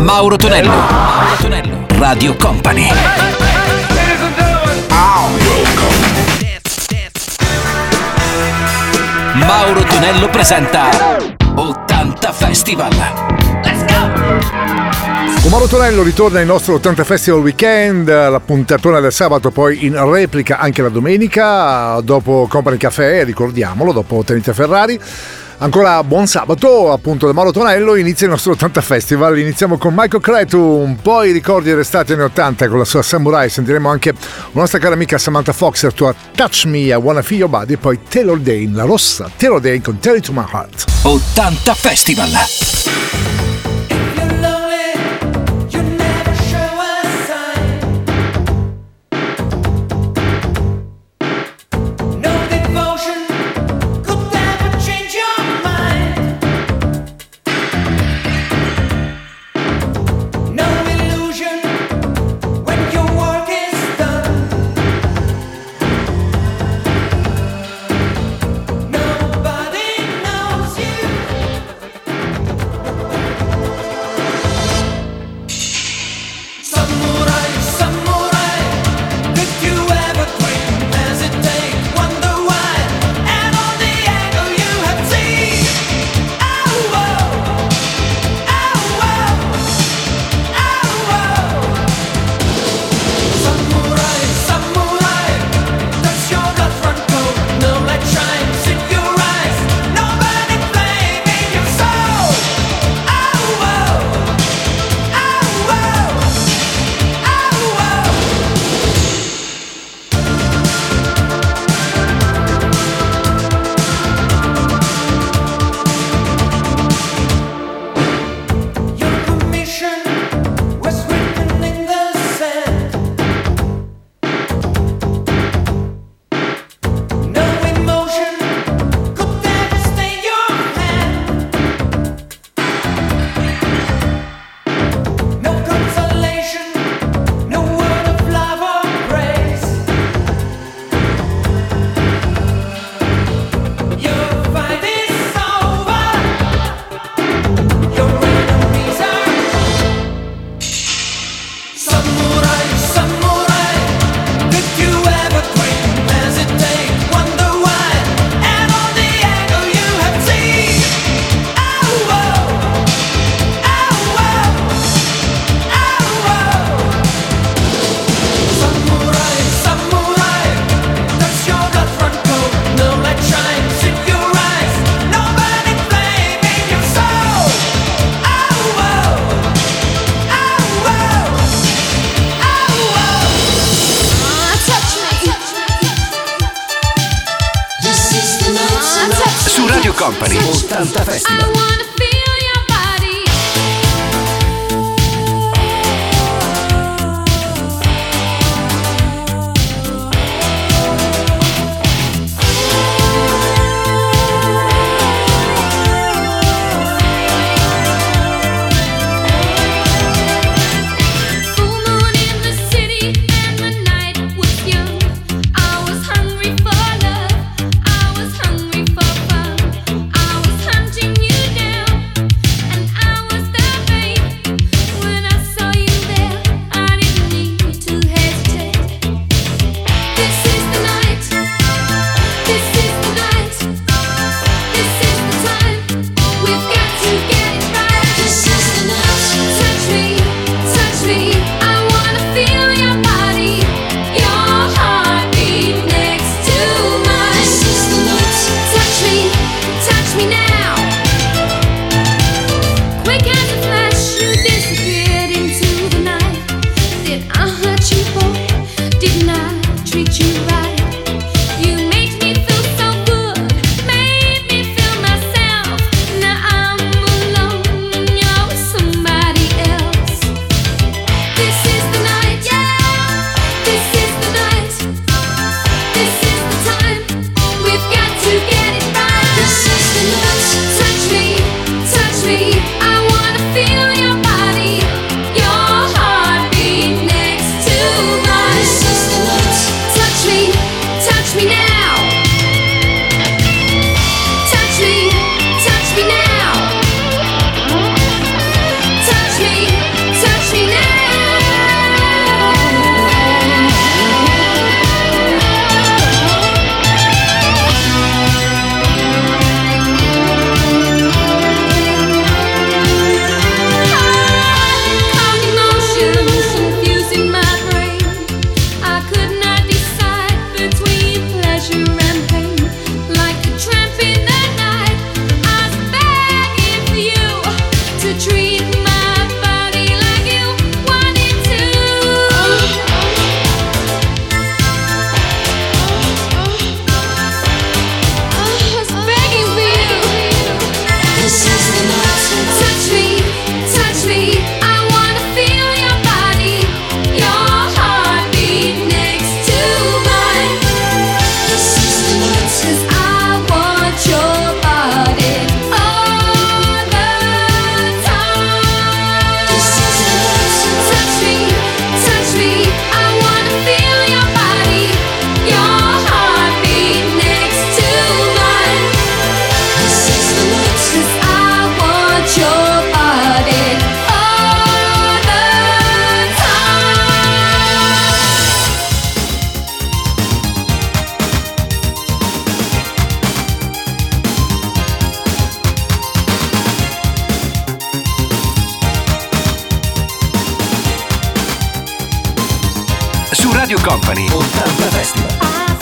Mauro Tonello. Mauro Tonello. Radio Company. Mauro Tonello presenta 80 Festival. Let's go! Con Mauro Tonello ritorna il nostro 80 Festival Weekend, la puntatona del sabato, poi in replica anche la domenica, dopo Company Café, ricordiamolo, dopo Tenente Ferrari. Ancora buon sabato, appunto, da Mauro Tonello inizia il nostro 80 Festival. Iniziamo con Michael Cretu, poi i ricordi dell'estate anni 80 con la sua Samurai. Sentiremo anche la nostra cara amica Samantha Fox, la tua Touch Me, I Wanna Feel Your Body, e poi Taylor Dane, la rossa Taylor Dane con Tell It To My Heart. 80 Festival. Company 80 Festival. Hunting you down. Radio Company 80 Festival.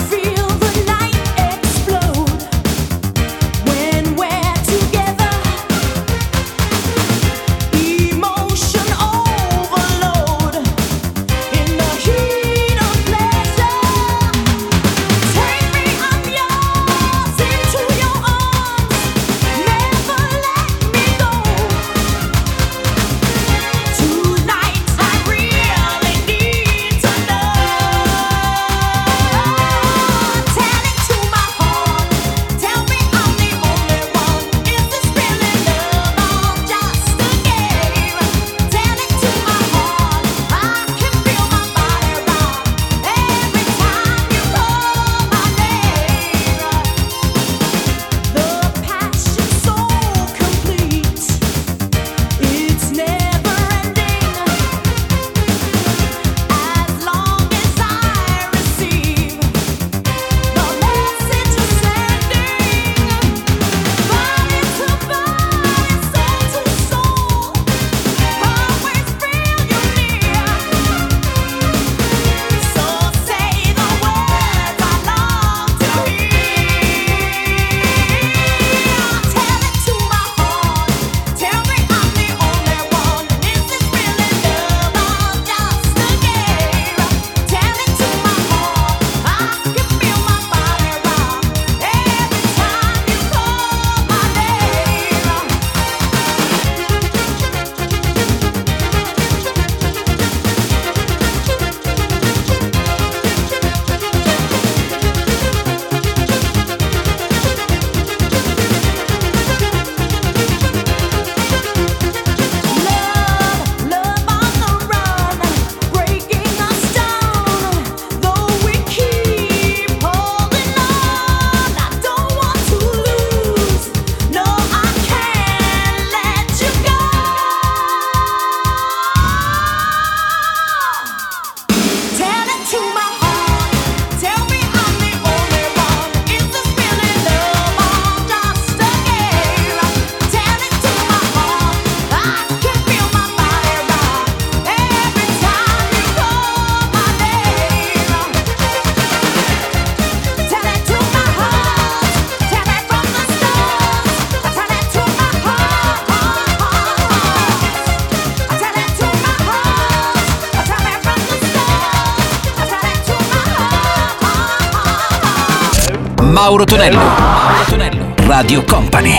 Mauro Tonello. Mauro Tonello. Radio Company.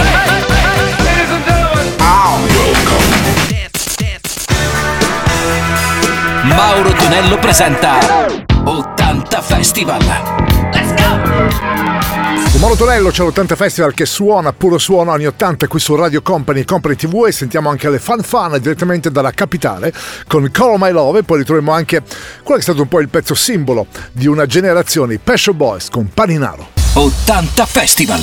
Mauro Tonello presenta 80 Festival. Let's go! Con Mauro Tonello c'è l'80 Festival che suona, puro suono, anni 80 qui su Radio Company, Company TV, e sentiamo anche le fan direttamente dalla capitale con Call My Love, e poi ritroviamo anche quello che è stato un po' il pezzo simbolo di una generazione, i Pet Shop Boys con Paninaro. 80 Festival.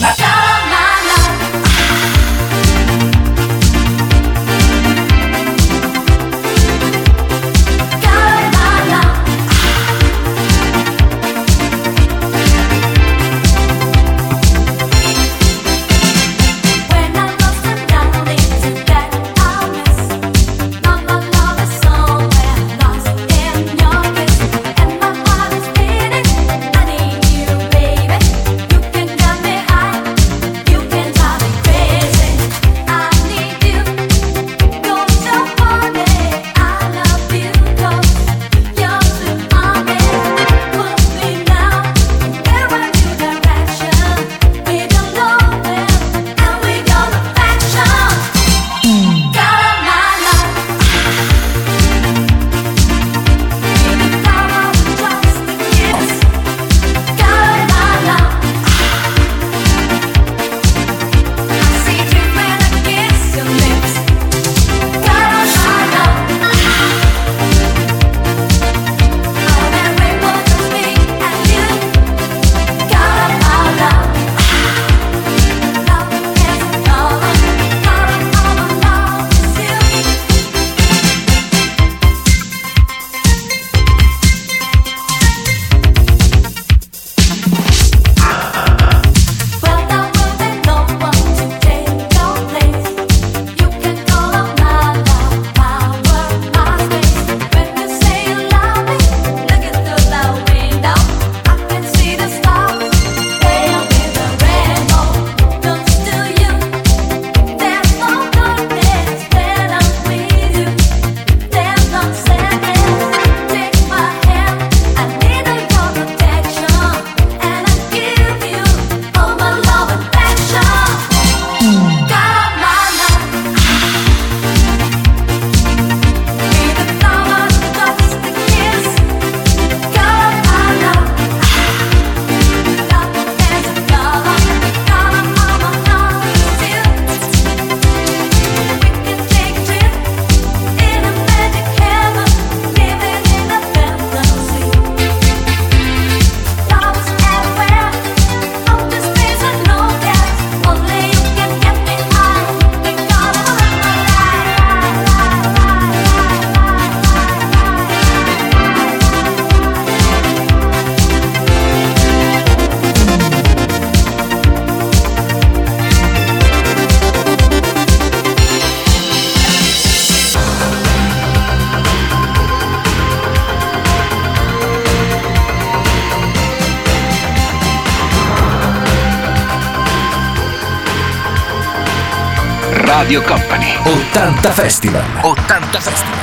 You Radio Company. 80 Festival. 80 Festival.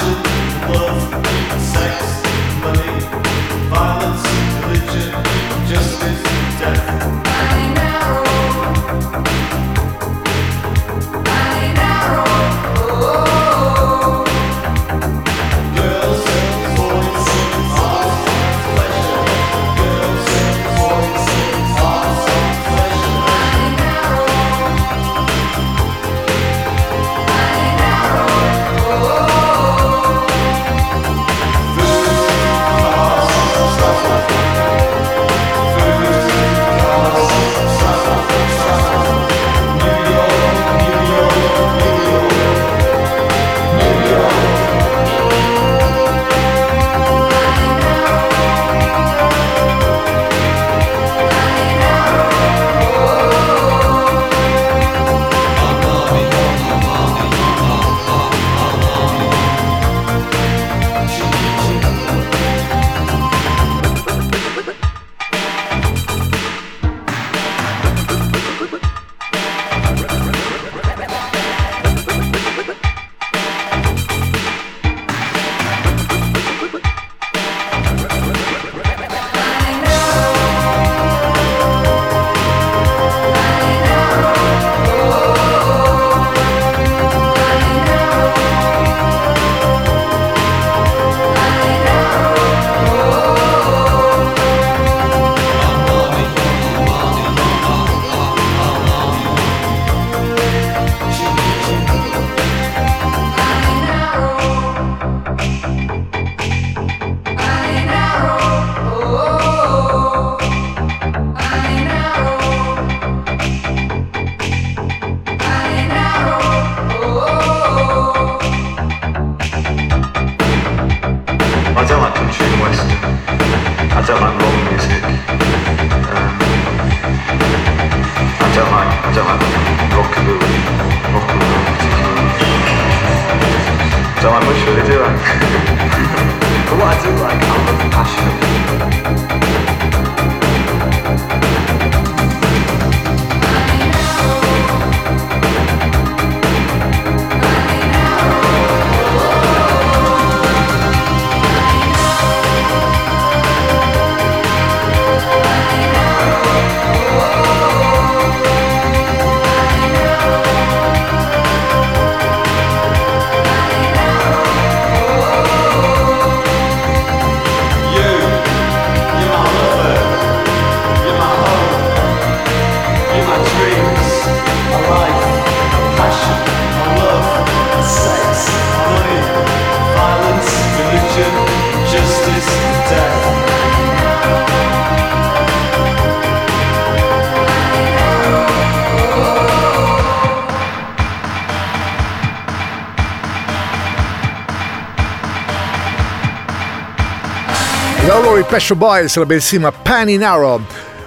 Loro i Pet Shop Boys, la bellissima Penny Narrow,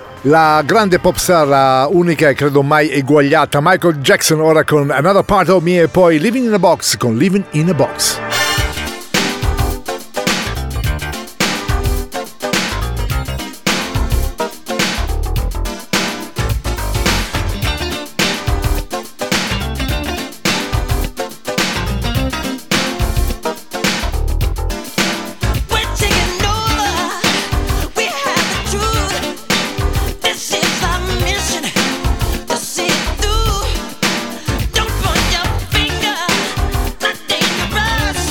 la grande pop star, la unica e credo mai eguagliata, Michael Jackson, ora con Another Part of Me e poi Living in a Box con Living in a Box. Don't point your finger, not dangerous.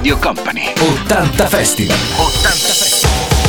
Radio Company. 80 Festival. 80 Festival.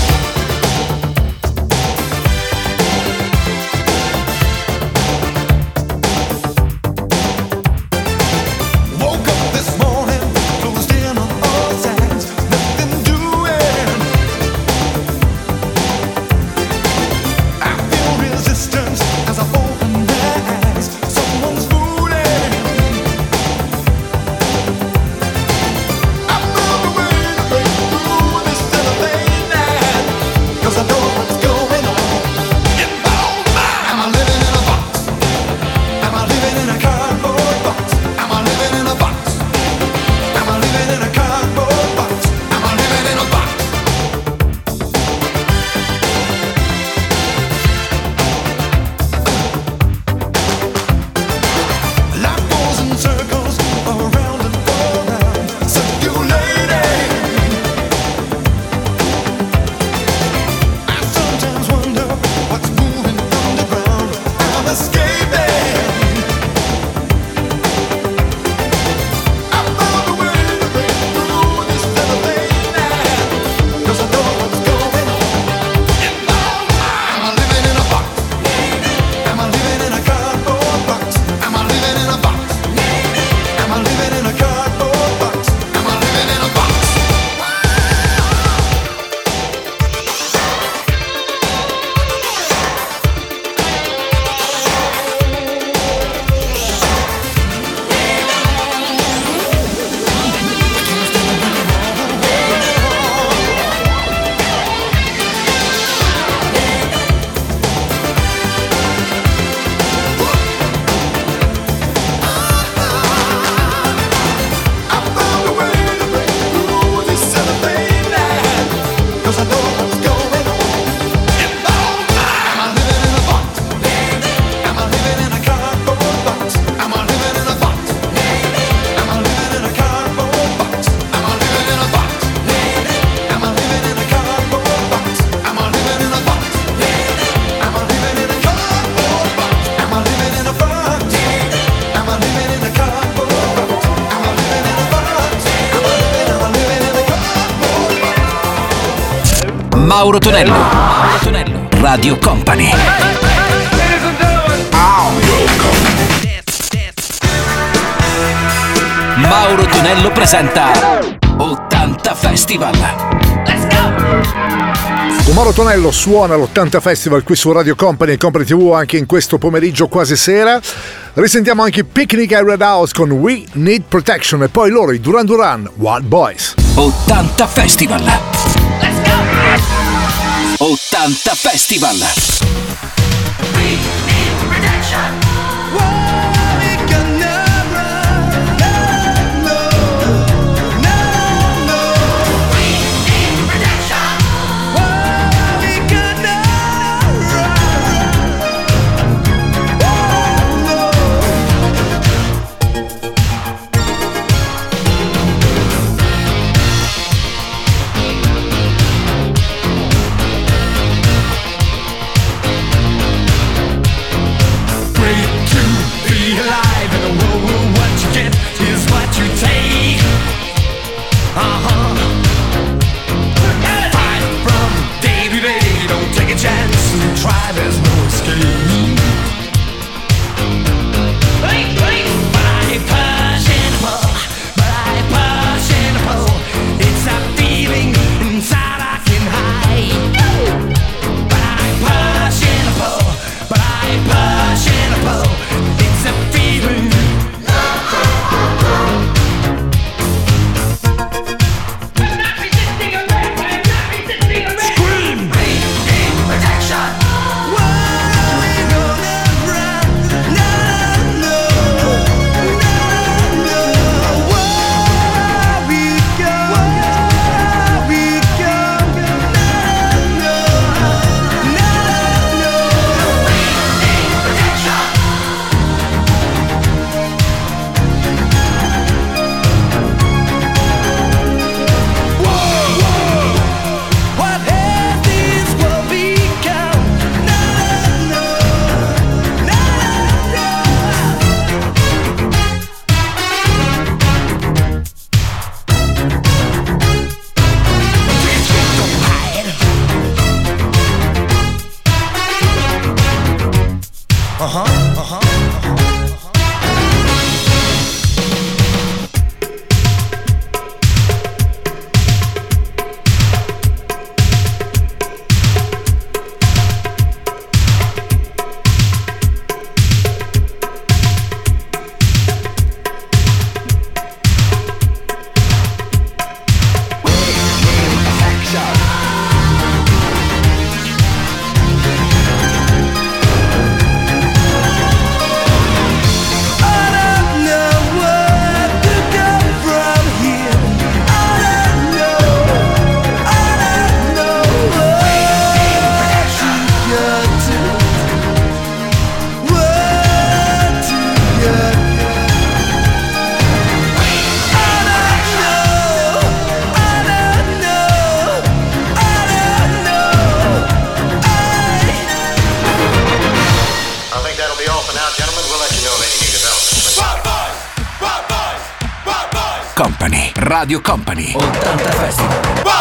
Mauro Tonello. Mauro Tonello. Radio Company. Mauro Tonello presenta 80 Festival. Let's go! Con Mauro Tonello suona l'80 Festival qui su Radio Company e Company TV anche in questo pomeriggio quasi sera. Risentiamo anche Picnic e Red House con We Need Protection e poi loro, i Duran Duran, Wild Boys. 80 Festival. Let's go! 80 Festival. We need protection. Breathe Radio Company 80 Festival.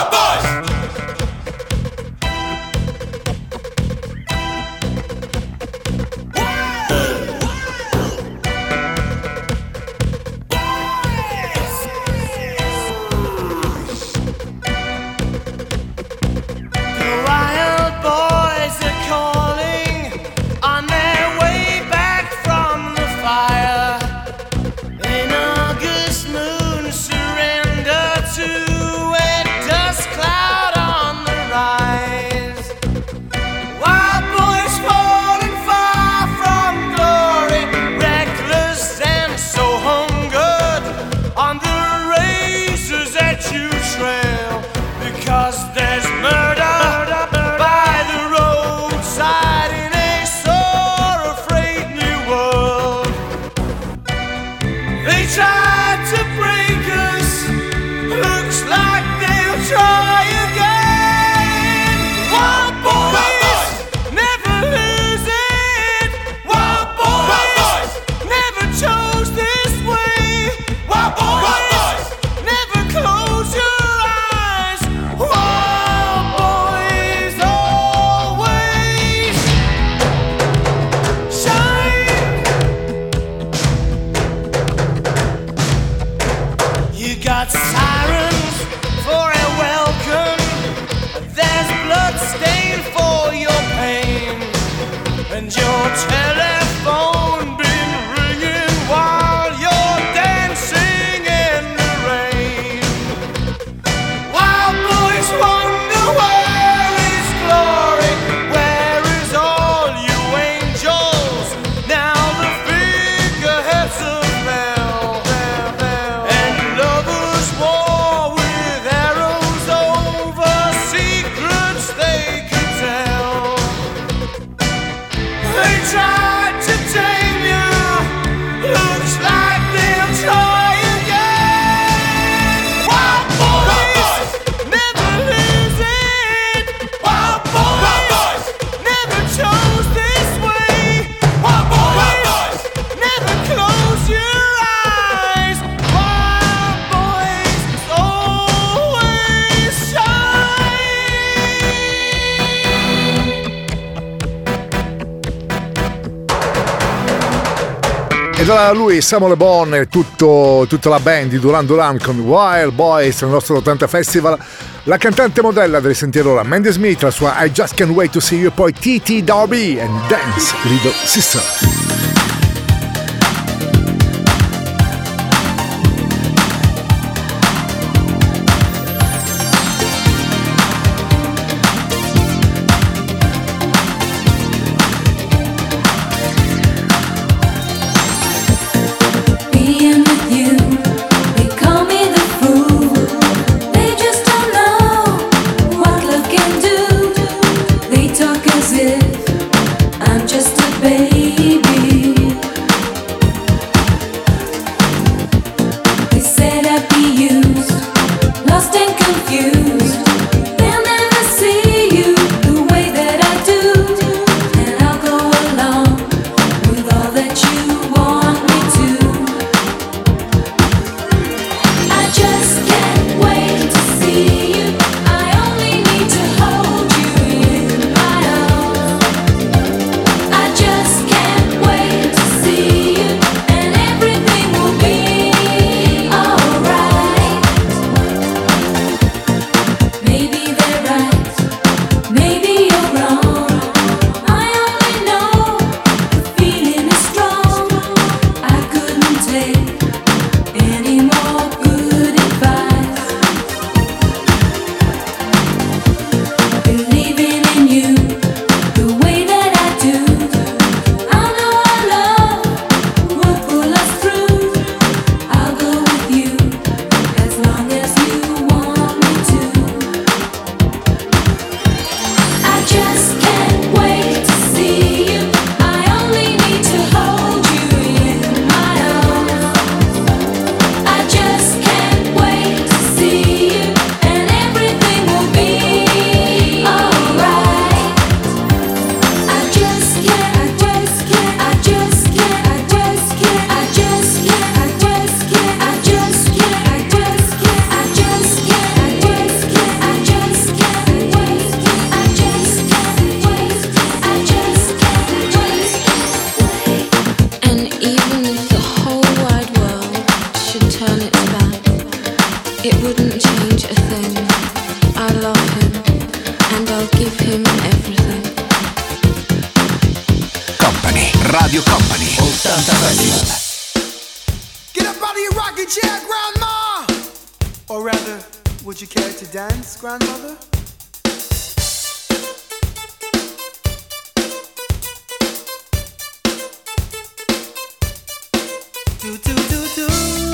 Ed era lui, Samuel Le Bon e tutta la band di Duran Duran con Wild Boys nel nostro 80 Festival. La cantante modella del sentire ora Mandy Smith, la sua I Just Can't Wait to See You, poi T.T. Darby and Dance Little Sister. Talk as if I'm just a baby. Radio Company 80 Festival. Get up out of your rocking chair, Grandma! Or rather, would you care to dance, Grandmother? Do, do, do, do.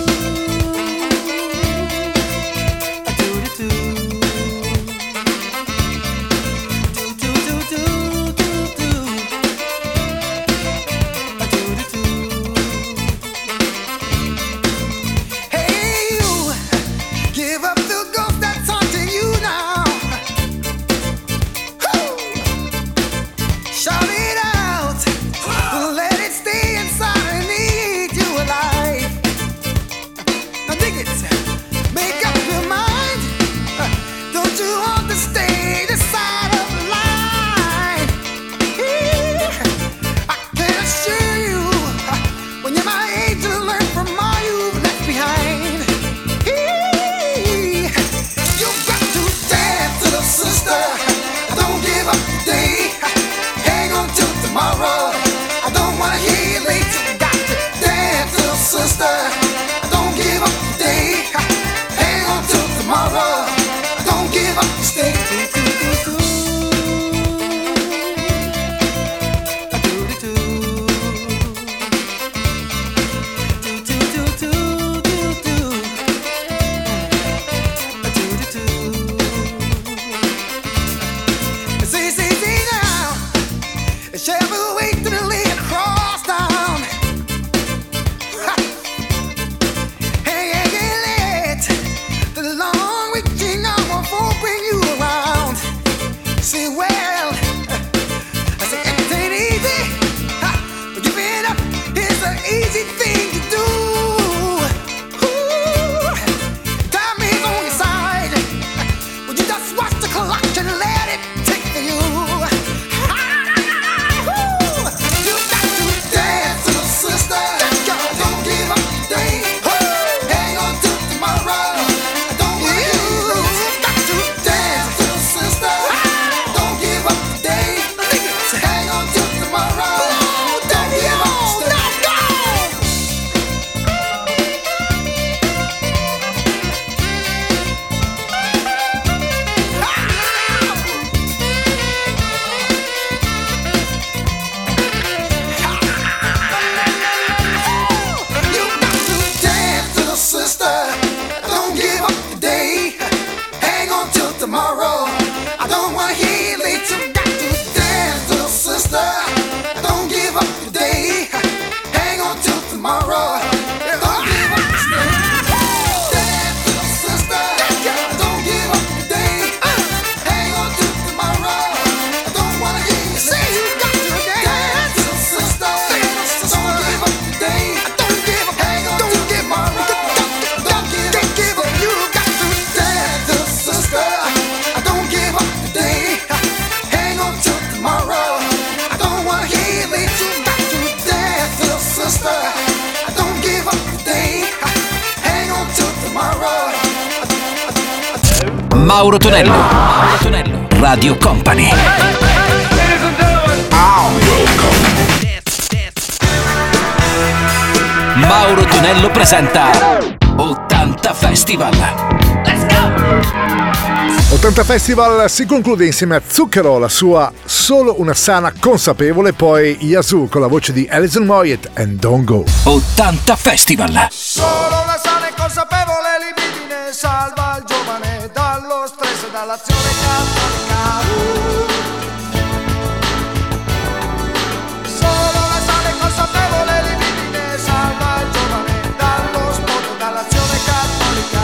Mauro Tonello, Radio Company. Mauro Tonello presenta 80 Festival. Let's go! 80 Festival si conclude insieme a Zucchero, la sua Solo una sana consapevole, poi Yazoo con la voce di Alison Moyet and Don't Go. 80 Festival. Solo una sana e consapevole libidine salva il giovane dallo stress e dall'azione cattolica. Solo una sana e consapevole libidine salva il giovane dallo sport e dall'azione cattolica.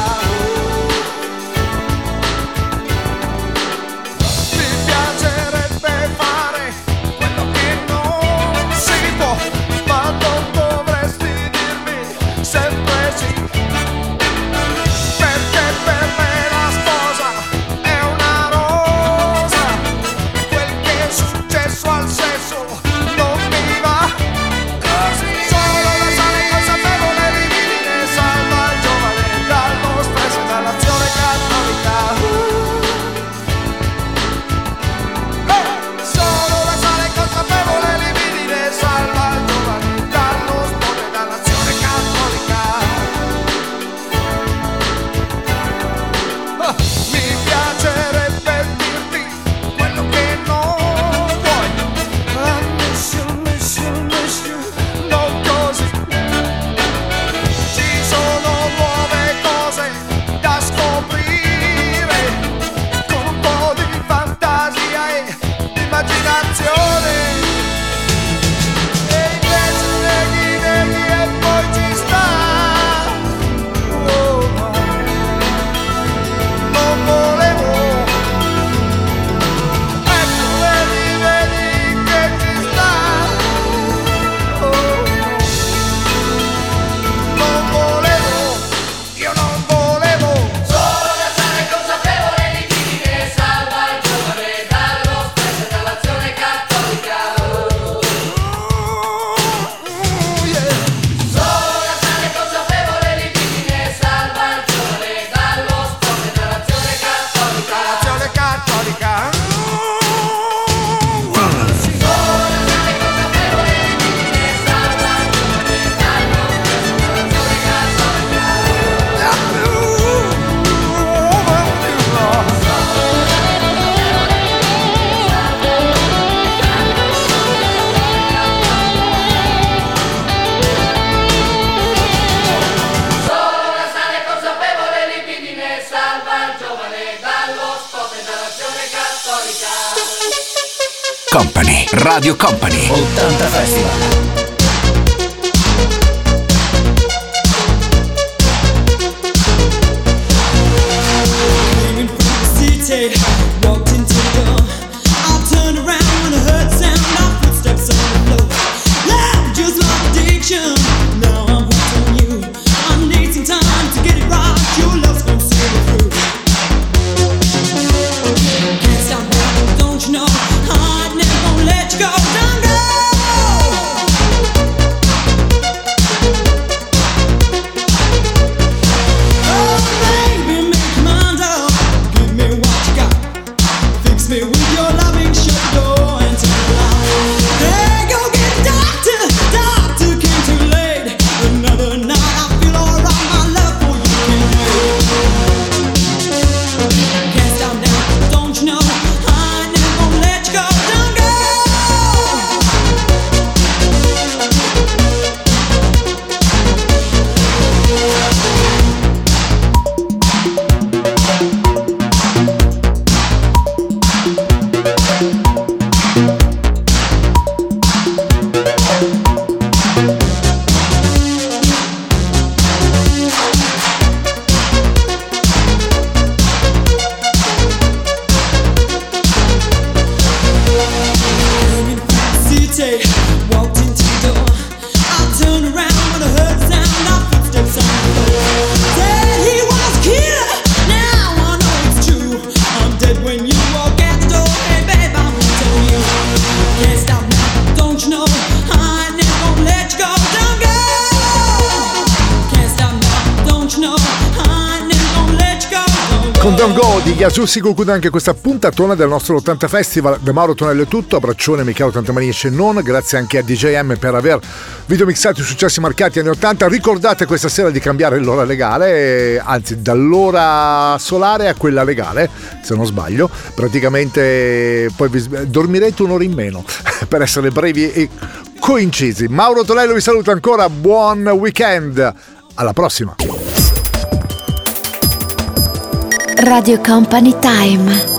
Mi piacerebbe fare quello che non si può, ma non dovresti dirmi sempre sì. Perché per me la sposa è una rosa. Company, Radio Company, 80 Festival. Walked into the door. I turned around when I heard the sound of footsteps on the floor. Love just like addiction. Now I'm hooked on you. I need some time to get it right. Your love's gonna see me through. Can't stop now, don't you know? I'm never gonna let you go. Don't go. Oh baby, make your mind up. Give me what you got. Fix me with your loving, shut the door and turn it out. Hey, go get the doctor. Doctor came too late. Another night I feel alright. My love for you can't wait. Can't stop now, don't you know? I never gonna let you go. Don't go. City, walked into the door. I turned around when I heard the sound of footsteps on the floor. Said he was a killer. Now I know it's true. I'm dead when you walk out the door. Hey babe, I'm gonna tell you. Can't stop now, don't you know? I ain't never gonna let you go. Don't go. Can't stop now, don't you know? I ain't never gonna let you go. Don't go. Con Don't Go di Yazoo si conclude anche questa puntatona del nostro 80 Festival. Da Mauro Tonello è tutto, abbraccione Michele 80 Maniesce non, grazie anche a DJM per aver videomixato i successi marcati anni 80. Ricordate questa sera di cambiare l'ora legale, anzi dall'ora solare a quella legale, se non sbaglio, praticamente poi dormirete un'ora in meno per essere brevi e coincisi. Mauro Tonello vi saluta ancora, buon weekend, alla prossima. Radio Company Time.